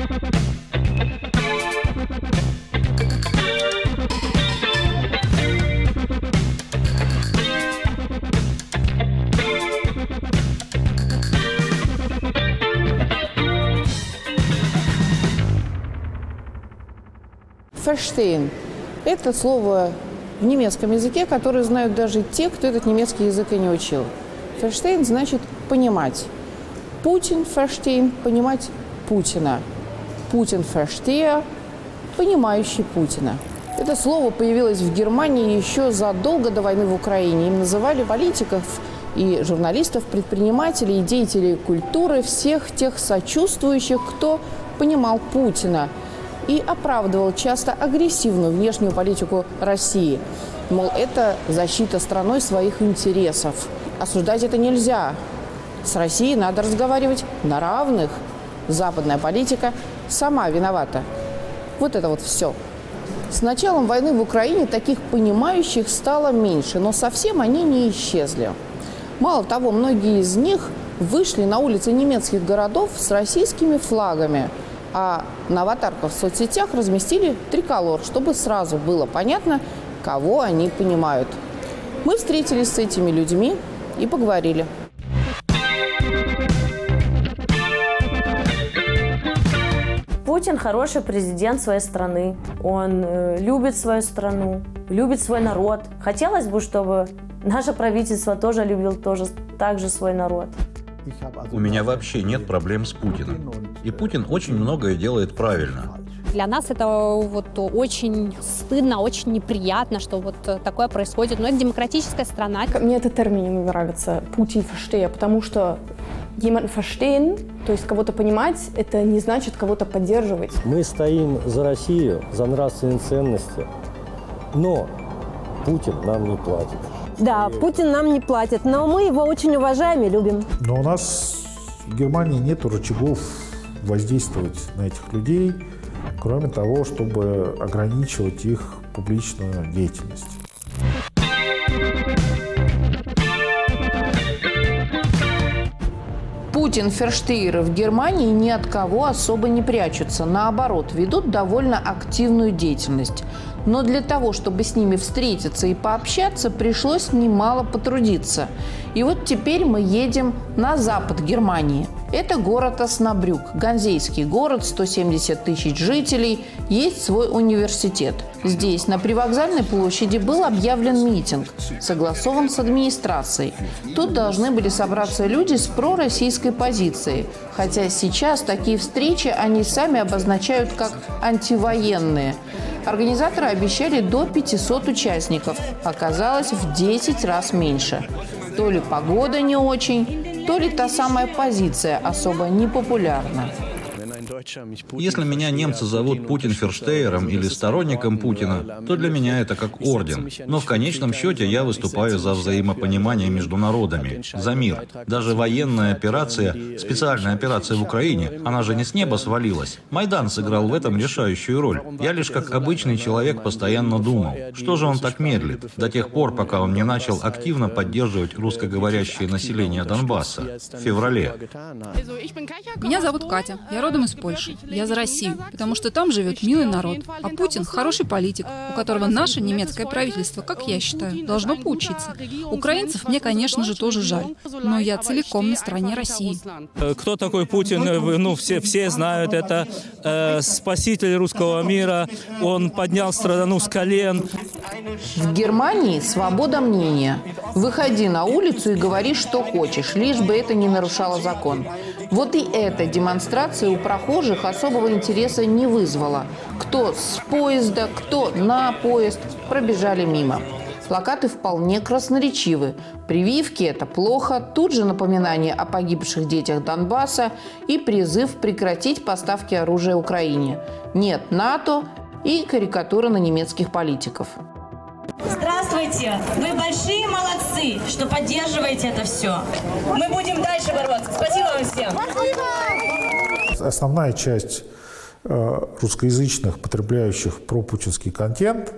Verstehen – это слово в немецком языке, которое знают даже те, кто этот немецкий язык и не учил. Verstehen значит «понимать». Путин verstehen – понимать Путина. Путин verstehe – понимающий Путина. Это слово появилось в Германии еще задолго до войны в Украине. Им называли политиков и журналистов, предпринимателей и деятелей культуры, всех тех сочувствующих, кто понимал Путина и оправдывал часто агрессивную внешнюю политику России. Мол, это защита страной своих интересов. Осуждать это нельзя. С Россией надо разговаривать на равных. Западная политика сама виновата. Вот это вот все. С началом войны в Украине таких понимающих стало меньше, но совсем они не исчезли. Мало того, многие из них вышли на улицы немецких городов с российскими флагами, а на аватарках в соцсетях разместили триколор, чтобы сразу было понятно, кого они понимают. Мы встретились с этими людьми и поговорили. Путин хороший президент своей страны. Он любит свою страну, любит свой народ. Хотелось бы, чтобы наше правительство тоже любило так же свой народ. У меня вообще нет проблем с Путиным. И Путин очень многое делает правильно. Для нас это вот очень стыдно, очень неприятно, что вот такое происходит. Но это демократическая страна. Мне этот термин не нравится, Путин verstehe, потому что jemanden verstehen, то есть кого-то понимать, это не значит кого-то поддерживать. Мы стоим за Россию, за нравственные ценности, но Путин нам не платит. Да, Путин нам не платит, но мы его очень уважаем и любим. Но у нас в Германии нет рычагов воздействовать на этих людей, кроме того, чтобы ограничивать их публичную деятельность. Путин-ферштейеры в Германии ни от кого особо не прячутся. Наоборот, ведут довольно активную деятельность. Но для того, чтобы с ними встретиться и пообщаться, пришлось немало потрудиться. И вот теперь мы едем на запад Германии. Это город Оснабрюк, ганзейский город, 170 тысяч жителей, есть свой университет. Здесь, на привокзальной площади, был объявлен митинг, согласован с администрацией. Тут должны были собраться люди с пророссийской позицией, хотя сейчас такие встречи они сами обозначают как антивоенные. Организаторы обещали до 500 участников, оказалось в 10 раз меньше. То ли погода не очень, то ли та самая позиция особо непопулярна. Если меня немцы зовут Путин-ферштейером или сторонником Путина, то для меня это как орден. Но в конечном счете я выступаю за взаимопонимание между народами, за мир. Даже военная операция, специальная операция в Украине, она же не с неба свалилась. Майдан сыграл в этом решающую роль. Я лишь как обычный человек постоянно думал, что же он так медлит, до тех пор, пока он не начал активно поддерживать русскоговорящее население Донбасса в феврале. Меня зовут Катя, я родом из Польши. Я за Россию, потому что там живет милый народ. А Путин хороший политик, у которого наше немецкое правительство, как я считаю, должно поучиться. Украинцев мне, конечно же, тоже жаль, но я целиком на стороне России. Кто такой Путин? Ну, все знают, это спаситель русского мира. Он поднял страну с колен. В Германии свобода мнения. Выходи на улицу и говори, что хочешь, лишь бы это не нарушало закон. Вот и эта демонстрация у прохожих особого интереса не вызвала. Кто с поезда, кто на поезд, пробежали мимо. Плакаты вполне красноречивы. Прививки – это плохо, тут же напоминание о погибших детях Донбасса и призыв прекратить поставки оружия Украине. Нет НАТО и карикатура на немецких политиков. Здравствуйте! Вы большие молодцы, что поддерживаете это все. Мы будем дальше бороться. Спасибо вам всем! Основная часть русскоязычных, потребляющих пропутинский контент,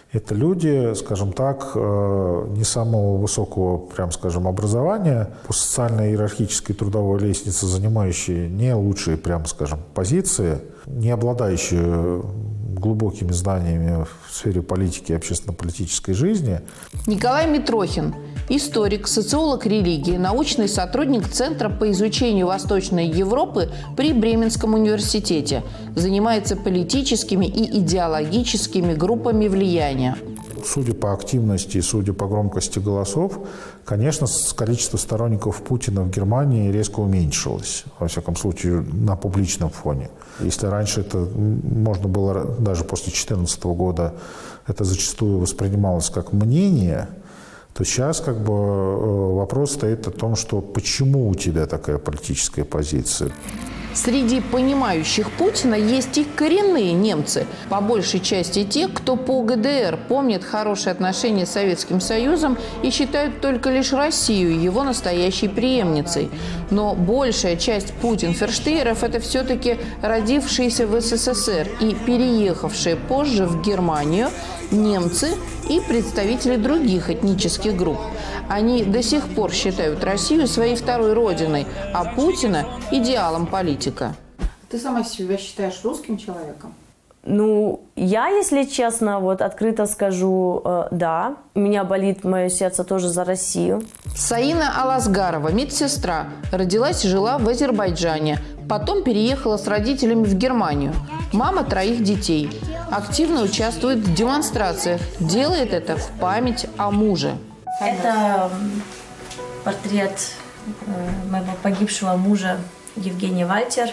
Это люди, скажем так, не самого высокого, прям скажем, образования, по социально-иерархической трудовой лестнице занимающие не лучшие, прям скажем, позиции, не обладающие глубокими знаниями в сфере политики и общественно-политической жизни. Николай Митрохин, историк, социолог религии, научный сотрудник Центра по изучению Восточной Европы при Бременском университете, занимается политическими и идеологическими группами влияния. Судя по активности и судя по громкости голосов, конечно, количество сторонников Путина в Германии резко уменьшилось, во всяком случае, на публичном фоне. Если раньше это можно было, даже после 2014 года, это зачастую воспринималось как мнение, то сейчас как бы вопрос стоит о том, что почему у тебя такая политическая позиция. Среди понимающих Путина есть и коренные немцы, по большей части те, кто по ГДР помнит хорошие отношения с Советским Союзом и считают только лишь Россию его настоящей преемницей. Но большая часть путин-ферштейеров – это все-таки родившиеся в СССР и переехавшие позже в Германию немцы и представители других этнических групп. Они до сих пор считают Россию своей второй родиной, а Путина – идеалом политика. Ты сама себя считаешь русским человеком? Ну, я, если честно, вот открыто скажу, да. У меня болит мое сердце тоже за Россию. Саина Алазгарова, медсестра, родилась и жила в Азербайджане. Потом переехала с родителями в Германию. Мама 3 детей. Активно участвует в демонстрациях. Делает это в память о муже. Это портрет моего погибшего мужа Евгения Вальтер.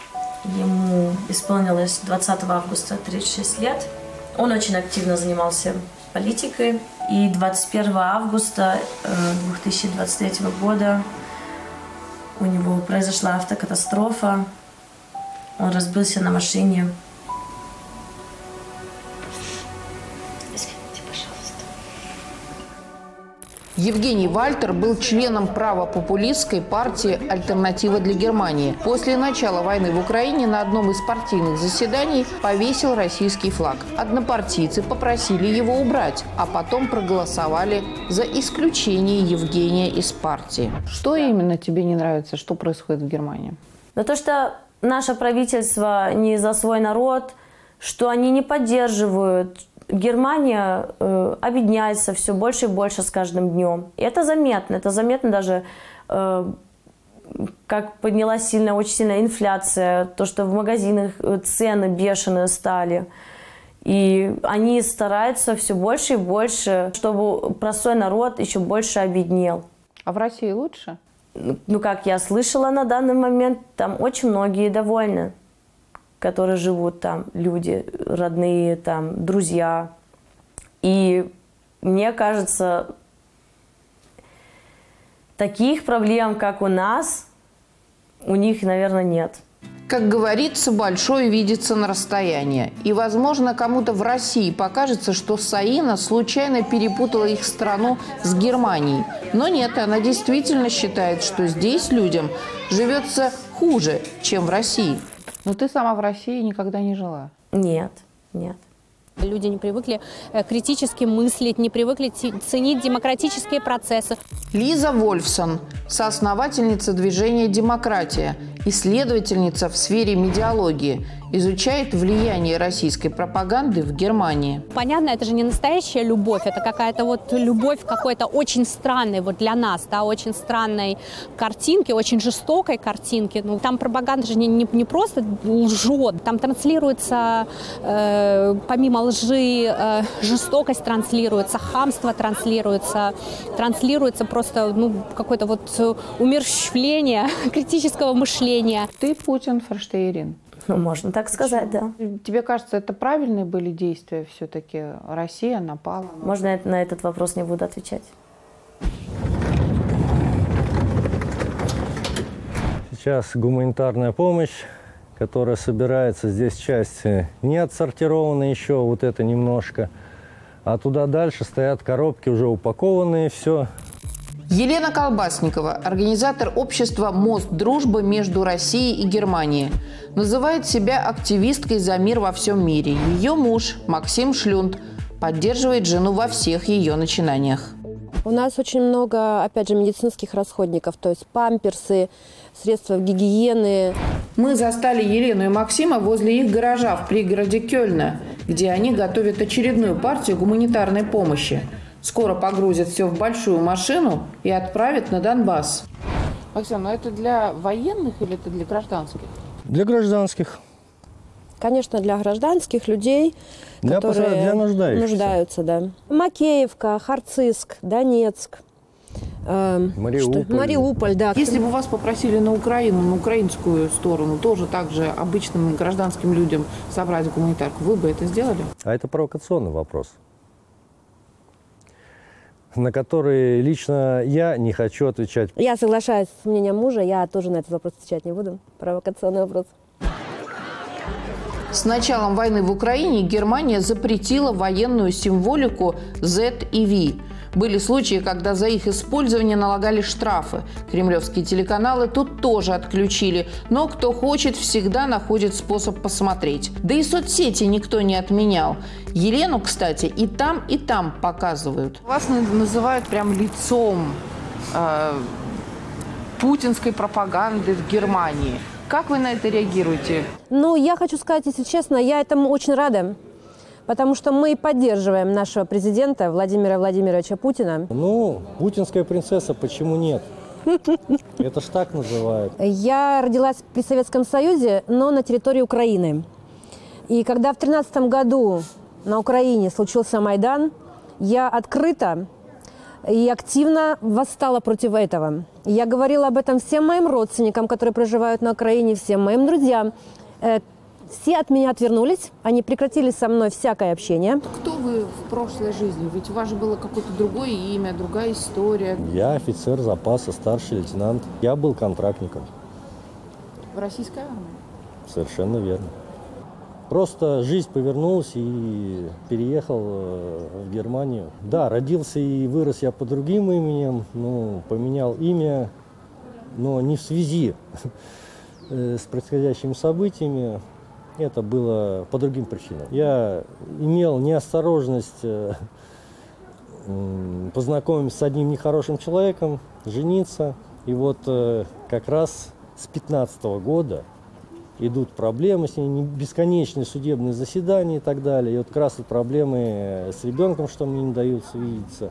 Ему исполнилось 20 августа 36 лет. Он очень активно занимался политикой. И 21 августа 2023 года у него произошла автокатастрофа. Он разбился на машине. Евгений Вальтер был членом правопопулистской партии «Альтернатива для Германии». После начала войны в Украине на одном из партийных заседаний повесил российский флаг. Однопартийцы попросили его убрать, а потом проголосовали за исключение Евгения из партии. Что именно тебе не нравится, что происходит в Германии? Но то, что наше правительство не за свой народ, что они не поддерживают. Германия обедняется все больше и больше с каждым днем. И это заметно даже, как поднялась очень сильная инфляция, то, что в магазинах цены бешеные стали. И они стараются все больше и больше, чтобы простой народ еще больше обеднел. А в России лучше? Ну, как я слышала на данный момент, там очень многие довольны, которые живут там, люди родные, там, друзья. И мне кажется, таких проблем, как у нас, у них, наверное, нет. Как говорится, большое видится на расстоянии. И, возможно, кому-то в России покажется, что Саина случайно перепутала их страну с Германией. Но нет, она действительно считает, что здесь людям живется хуже, чем в России. Но ты сама в России никогда не жила? Нет. Люди не привыкли критически мыслить, не привыкли ценить демократические процессы. Лиза Вольфсон, соосновательница движения «Демократия», исследовательница в сфере медиалогии, изучает влияние российской пропаганды в Германии. Понятно, это же не настоящая любовь, это какая-то вот любовь какой-то очень странной вот для нас, да, очень странной картинки, очень жестокой картинки. Ну, там пропаганда же не просто лжет, там транслируется, помимо лжи, жестокость транслируется, хамство транслируется просто какое-то вот умерщвление критического мышления. Ты путин-ферштейерин. Можно так сказать, да. Тебе кажется, это правильные были действия все-таки? Россия напала? Можно я на этот вопрос не буду отвечать? Сейчас гуманитарная помощь, которая собирается, здесь часть не отсортирована еще, вот это немножко. А туда дальше стоят коробки, уже упакованные, все. Елена Колбасникова, организатор общества «Мост дружбы» между Россией и Германией, называет себя активисткой за мир во всем мире. Ее муж Максим Шлюнд поддерживает жену во всех ее начинаниях. У нас очень много, опять же, медицинских расходников, то есть памперсы, средства гигиены. Мы застали Елену и Максима возле их гаража в пригороде Кёльна, где они готовят очередную партию гуманитарной помощи. Скоро погрузят все в большую машину и отправят на Донбасс. Максим, ну это для военных или это для гражданских? Для гражданских. Конечно, для гражданских людей, которые для нуждаются. Да. Макеевка, Харциск, Донецк, Мариуполь, да. Если бы вас попросили на Украину, на украинскую сторону, тоже так же обычным гражданским людям собрать гуманитарку, вы бы это сделали? А это провокационный вопрос, на который лично я не хочу отвечать. Я соглашаюсь с мнением мужа, я тоже на этот вопрос отвечать не буду. Провокационный вопрос. С началом войны в Украине Германия запретила военную символику Z и V. Были случаи, когда за их использование налагали штрафы. Кремлевские телеканалы тут тоже отключили. Но кто хочет, всегда находит способ посмотреть. Да и соцсети никто не отменял. Елену, кстати, и там показывают. Вас называют прям лицом путинской пропаганды в Германии. Как вы на это реагируете? Ну, я хочу сказать, если честно, я этому очень рада, потому что мы поддерживаем нашего президента Владимира Владимировича Путина. Ну, путинская принцесса, почему нет? Это ж так называют. Я родилась при Советском Союзе, но на территории Украины. И когда в 2013 году на Украине случился Майдан, я открыто и активно восстала против этого. Я говорила об этом всем моим родственникам, которые проживают на Украине, всем моим друзьям. Все от меня отвернулись, они прекратили со мной всякое общение. Кто вы в прошлой жизни? Ведь у вас же было какое-то другое имя, другая история. Я офицер запаса, старший лейтенант. Я был контрактником. В российской армии? Совершенно верно. Просто жизнь повернулась и переехал в Германию. Да, родился и вырос я под другим именем, поменял имя, но не в связи с происходящими событиями. Это было по другим причинам. Я имел неосторожность познакомиться с одним нехорошим человеком, жениться. И вот как раз с 2015 года идут проблемы с ней, бесконечные судебные заседания и так далее. И вот как раз вот проблемы с ребенком, что мне не дают видеться.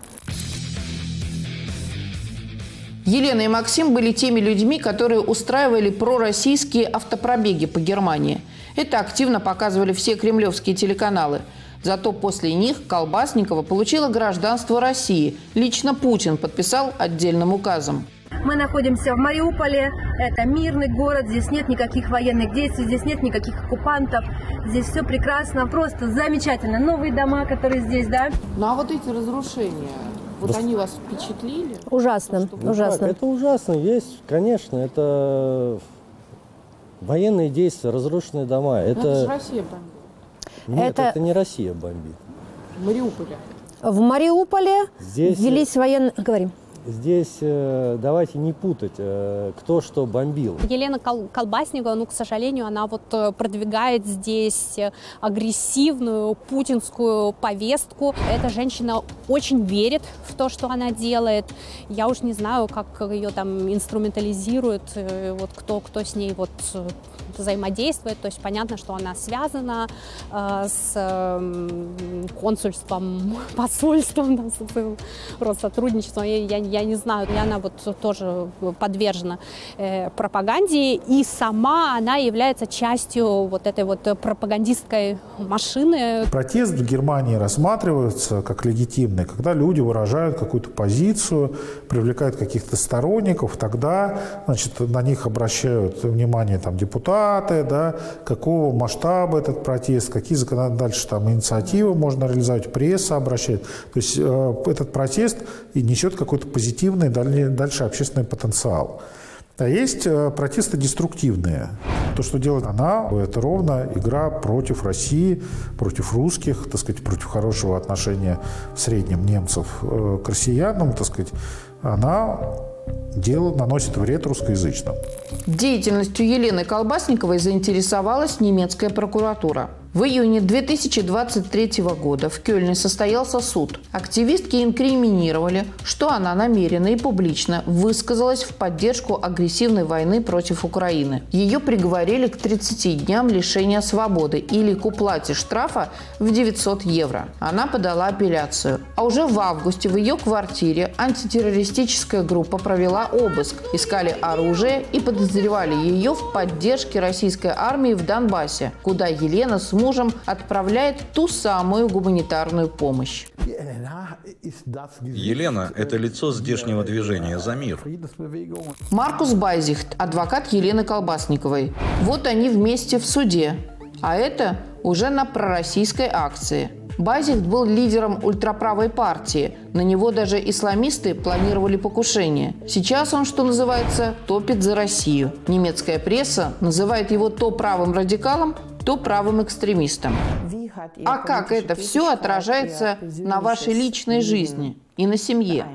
Елена и Максим были теми людьми, которые устраивали пророссийские автопробеги по Германии. Это активно показывали все кремлевские телеканалы. Зато после них Колбасникова получила гражданство России. Лично Путин подписал отдельным указом. Мы находимся в Мариуполе. Это мирный город. Здесь нет никаких военных действий, здесь нет никаких оккупантов. Здесь все прекрасно, просто замечательно. Новые дома, которые здесь, да? Ну а вот эти разрушения, вот они вас впечатлили? Ужасно, ужасно. Это ужасно, есть, конечно. Это военные действия, разрушенные дома. Это же Россия бомбит. Нет, это не Россия бомбит. В Мариуполе. В Мариуполе здесь велись военные... Говорим. Здесь давайте не путать, кто что бомбил. Елена Колбасникова, к сожалению, она вот продвигает здесь агрессивную путинскую повестку. Эта женщина очень верит в то, что она делает. Я уж не знаю, как ее там инструментализируют, вот кто с ней вот взаимодействует. То есть понятно, что она связана с консульством, посольством, с Россотрудничеством. Я не знаю, и она вот тоже подвержена пропаганде, и сама она является частью вот этой вот пропагандистской машины. Протест в Германии рассматривается как легитимный, когда люди выражают какую-то позицию, привлекают каких-то сторонников, тогда, значит, на них обращают внимание там депутаты, да, какого масштаба этот протест, какие дальше там инициативы можно реализовать, пресса обращает. То есть этот протест и несет какой-то позитивный дальше общественный потенциал. А есть протесты деструктивные. То, что делает она, это ровно игра против России, против русских, так сказать, против хорошего отношения в среднем немцев к россиянам, так сказать. Она наносит вред русскоязычным. Деятельностью Елены Колбасниковой заинтересовалась немецкая прокуратура. В июне 2023 года в Кёльне состоялся суд. Активистки инкриминировали, что она намеренно и публично высказалась в поддержку агрессивной войны против Украины. Ее приговорили к 30 дням лишения свободы или к уплате штрафа в 900 евро. Она подала апелляцию. А уже в августе в ее квартире антитеррористическая группа провела обыск, искали оружие и подозревали ее в поддержке российской армии в Донбассе, куда Елена с мужем отправляет ту самую гуманитарную помощь. Елена – это лицо здешнего движения «За мир». Маркус Байзихт, адвокат Елены Колбасниковой. Вот они вместе в суде. А это уже на пророссийской акции. Байзихт был лидером ультраправой партии. На него даже исламисты планировали покушение. Сейчас он, что называется, топит за Россию. Немецкая пресса называет его то правым радикалом, то правым экстремистом. А как это все отражается на вашей личной жизни и на семье?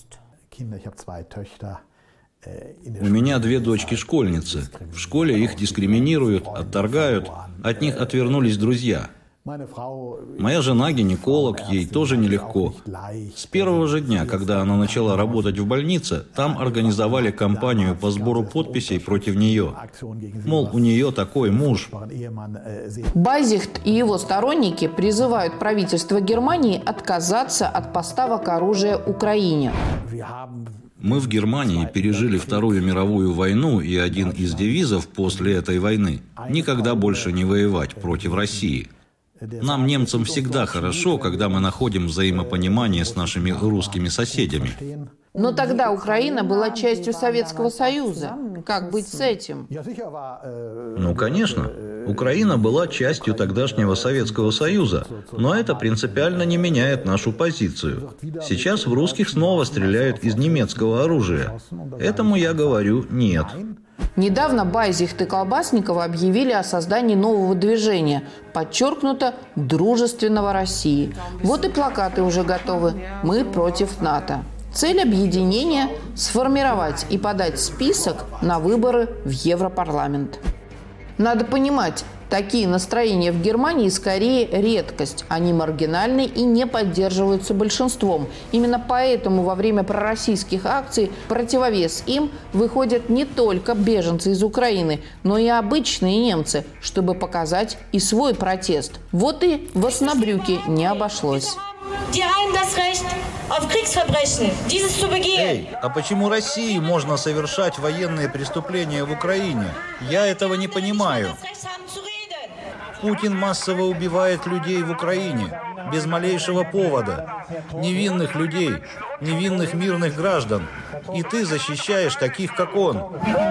У меня 2 дочки-школьницы. В школе их дискриминируют, отторгают, от них отвернулись друзья. Моя жена гинеколог, ей тоже нелегко. С первого же дня, когда она начала работать в больнице, там организовали кампанию по сбору подписей против нее. Мол, у нее такой муж. Байзихт и его сторонники призывают правительство Германии отказаться от поставок оружия Украине. Мы в Германии пережили Вторую мировую войну, и один из девизов после этой войны – никогда больше не воевать против России. Нам, немцам, всегда хорошо, когда мы находим взаимопонимание с нашими русскими соседями. Но тогда Украина была частью Советского Союза. Как быть с этим? Ну, конечно. Украина была частью тогдашнего Советского Союза, но это принципиально не меняет нашу позицию. Сейчас в русских снова стреляют из немецкого оружия. Этому я говорю «нет». Недавно Байзихт и Колбасникова объявили о создании нового движения, подчеркнуто, дружественного России. Вот и плакаты уже готовы «Мы против НАТО». Цель объединения – сформировать и подать список на выборы в Европарламент. Надо понимать, такие настроения в Германии скорее редкость. Они маргинальны и не поддерживаются большинством. Именно поэтому во время пророссийских акций в противовес им выходят не только беженцы из Украины, но и обычные немцы, чтобы показать и свой протест. Вот и в Оснабрюке не обошлось. Эй, а почему России можно совершать военные преступления в Украине? Я этого не понимаю. Путин массово убивает людей в Украине, без малейшего повода. Невинных людей, невинных мирных граждан. И ты защищаешь таких, как он.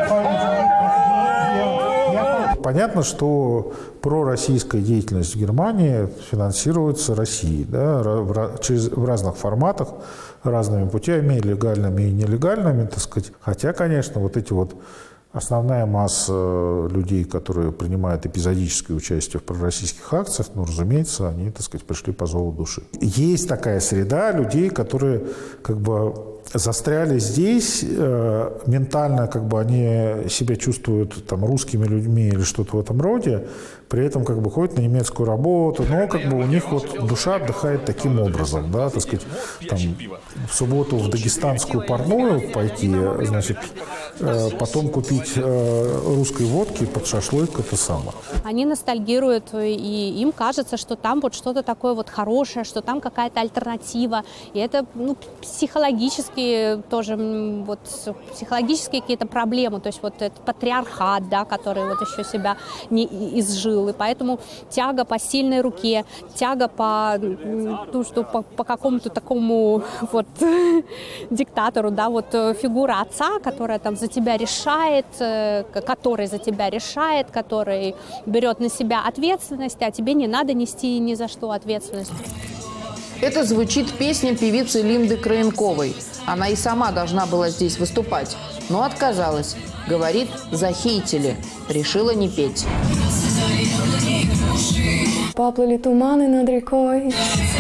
Понятно, что пророссийская деятельность в Германии финансируется Россией, да, в разных форматах, разными путями, легальными и нелегальными, так сказать. Хотя, конечно, вот эти вот основная масса людей, которые принимают эпизодическое участие в пророссийских акциях, ну, разумеется, они, так сказать, пришли по зову души. Есть такая среда людей, которые как бы застряли здесь, ментально как бы они себя чувствуют там русскими людьми или что-то в этом роде, при этом как бы ходят на немецкую работу, но как бы у них вот душа отдыхает таким образом, да, так сказать, там, в субботу в дагестанскую парную пойти, значит, потом купить русской водки под шашлык, это самое. Они ностальгируют, и им кажется, что там вот что-то такое вот хорошее, что там какая-то альтернатива, и это, ну, психологически тоже вот психологические какие-то проблемы, то есть вот этот патриархат, да, который вот еще себя не изжил, и поэтому тяга по сильной руке, тяга по, ну, что по какому-то такому вот диктатору, да, вот фигура отца, которая там за тебя решает, который за тебя решает, который берет на себя ответственность, а тебе не надо нести ни за что ответственность. Это звучит песня певицы Линды Краенковой. Она и сама должна была здесь выступать, но отказалась. Говорит, захейтили. Решила не петь. Поплыли туманы над рекой,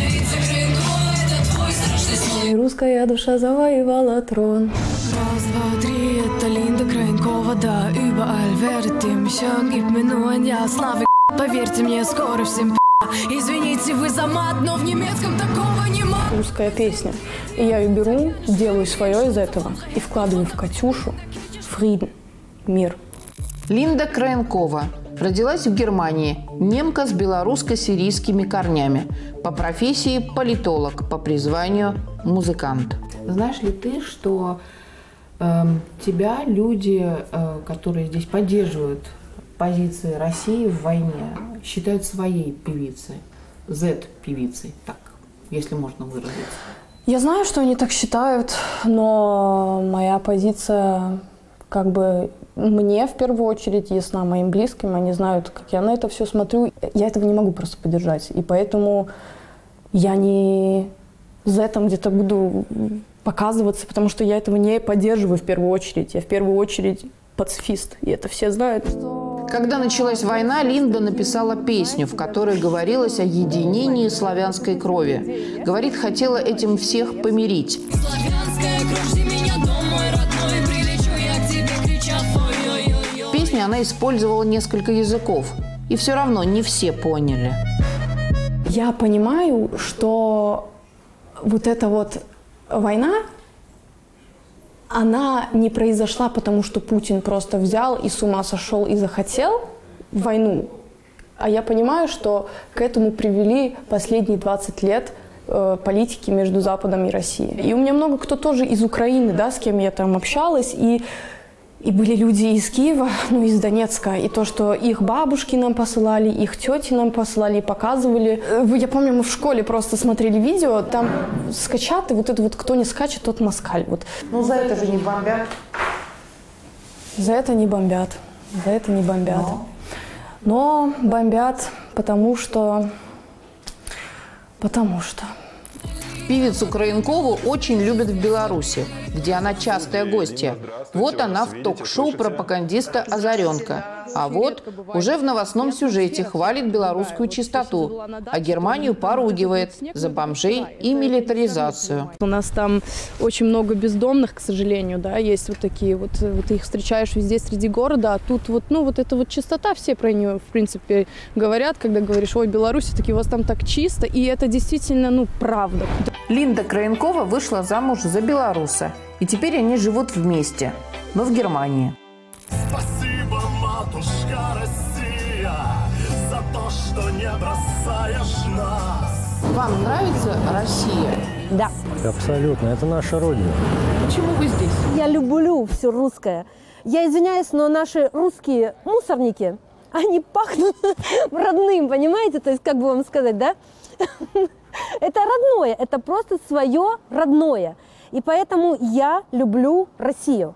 и русская душа завоевала трон. Раз, два, три, это Линда Краенкова, да, überall werdet ihr mich hören, gib mir nur ein Ja, Slavik. Поверьте мне, скоро всем извините вы за мат, но в немецком такого не мат. Русская песня. И я ее беру, делаю свое из этого и вкладываю в Катюшу Фриден, мир. Линда Краенкова родилась в Германии, немка с белорусско-сирийскими корнями. По профессии политолог, по призванию музыкант. Знаешь ли ты, что тебя люди, которые здесь поддерживают позиции России в войне, считают своей певицей, Z-певицей, так, если можно выразиться? Я знаю, что они так считают, но моя позиция, как бы, мне в первую очередь ясна, моим близким, они знают, как я на это все смотрю. Я этого не могу просто поддержать, и поэтому я не Z-ом где-то буду показываться, потому что я этого не поддерживаю в первую очередь. Я в первую очередь пацифист, и это все знают. Когда началась война, Линда написала песню, в которой говорилось о единении славянской крови. Говорит, хотела этим всех помирить. В песне она использовала несколько языков, и все равно не все поняли. Я понимаю, что вот эта вот война, она не произошла, потому что Путин просто взял и с ума сошел и захотел войну. А я понимаю, что к этому привели последние 20 лет политики между Западом и Россией. И у меня много кто тоже из Украины, да, с кем я там общалась, и были люди из Киева, ну, из Донецка. И то, что их бабушки нам посылали, их тети нам посылали и показывали. Я помню, мы в школе просто смотрели видео, там скачат, и вот это вот кто не скачет, тот москаль. Вот. Ну, за это же не бомбят. За это не бомбят. За это не бомбят. Но бомбят, потому что... Певицу Краенкову очень любят в Беларуси, где она частая гостья. Вот она в ток-шоу пропагандиста «Озаренка». А вот уже в новостном сюжете хвалит белорусскую чистоту, а Германию поругивает за бомжей и милитаризацию. У нас там очень много бездомных, к сожалению, да, есть вот такие вот ты их встречаешь везде среди города, а тут вот, ну, вот эта вот чистота, все про нее, в принципе, говорят, когда говоришь, ой, Беларусь, таки у вас там так чисто, и это действительно, ну, правда. Линда Краенкова вышла замуж за белоруса, и теперь они живут вместе, но в Германии. Спасибо, матушка Россия, за то, что не бросаешь нас. Вам нравится Россия? Да. Абсолютно. Это наша родина. Почему вы здесь? Я люблю все русское. Я извиняюсь, но наши русские мусорники, они пахнут родным, понимаете? То есть, как бы вам сказать, да? Это родное, это просто свое родное. И поэтому я люблю Россию.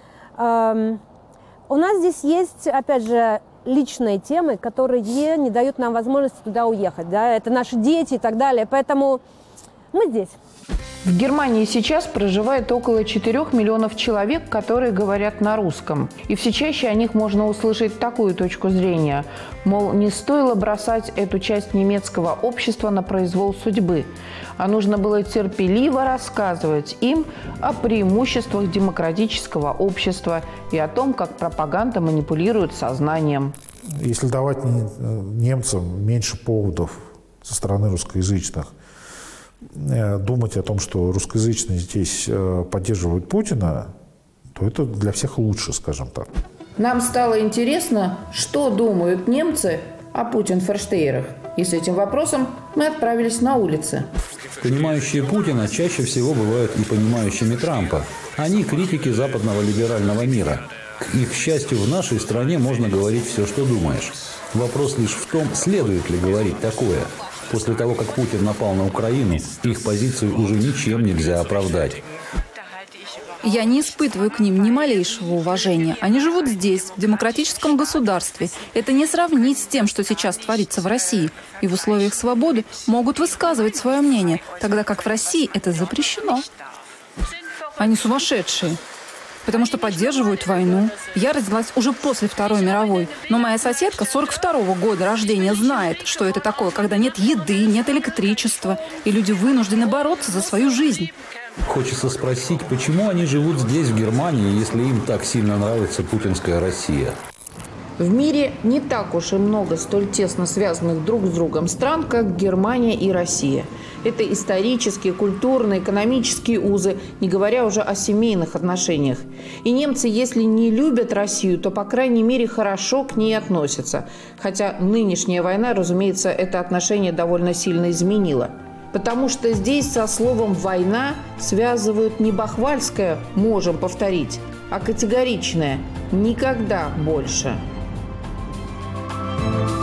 У нас здесь есть, опять же, личные темы, которые не дают нам возможности туда уехать. Да? Это наши дети и так далее. Поэтому мы здесь. В Германии сейчас проживает около 4 миллионов человек, которые говорят на русском. И все чаще о них можно услышать такую точку зрения. Мол, не стоило бросать эту часть немецкого общества на произвол судьбы, а нужно было терпеливо рассказывать им о преимуществах демократического общества и о том, как пропаганда манипулирует сознанием. Если давать немцам меньше поводов со стороны русскоязычных, думать о том, что русскоязычные здесь поддерживают Путина, то это для всех лучше, скажем так. Нам стало интересно, что думают немцы о Путин-ферштейерах. И с этим вопросом мы отправились на улицы. Понимающие Путина чаще всего бывают и понимающими Трампа. Они критики западного либерального мира. К их счастью, в нашей стране можно говорить все, что думаешь. Вопрос лишь в том, следует ли говорить такое. После того, как Путин напал на Украину, их позицию уже ничем нельзя оправдать. Я не испытываю к ним ни малейшего уважения. Они живут здесь, в демократическом государстве. Это не сравнить с тем, что сейчас творится в России. И в условиях свободы могут высказывать свое мнение, тогда как в России это запрещено. Они сумасшедшие, потому что поддерживают войну. Я родилась уже после Второй мировой, но моя соседка 42-го года рождения знает, что это такое, когда нет еды, нет электричества, и люди вынуждены бороться за свою жизнь. Хочется спросить, почему они живут здесь, в Германии, если им так сильно нравится путинская Россия? В мире не так уж и много столь тесно связанных друг с другом стран, как Германия и Россия. Это исторические, культурные, экономические узы, не говоря уже о семейных отношениях. И немцы, если не любят Россию, то, по крайней мере, хорошо к ней относятся. Хотя нынешняя война, разумеется, это отношение довольно сильно изменила. Потому что здесь со словом «война» связывают не бахвальское «можем повторить», а категоричное «никогда больше».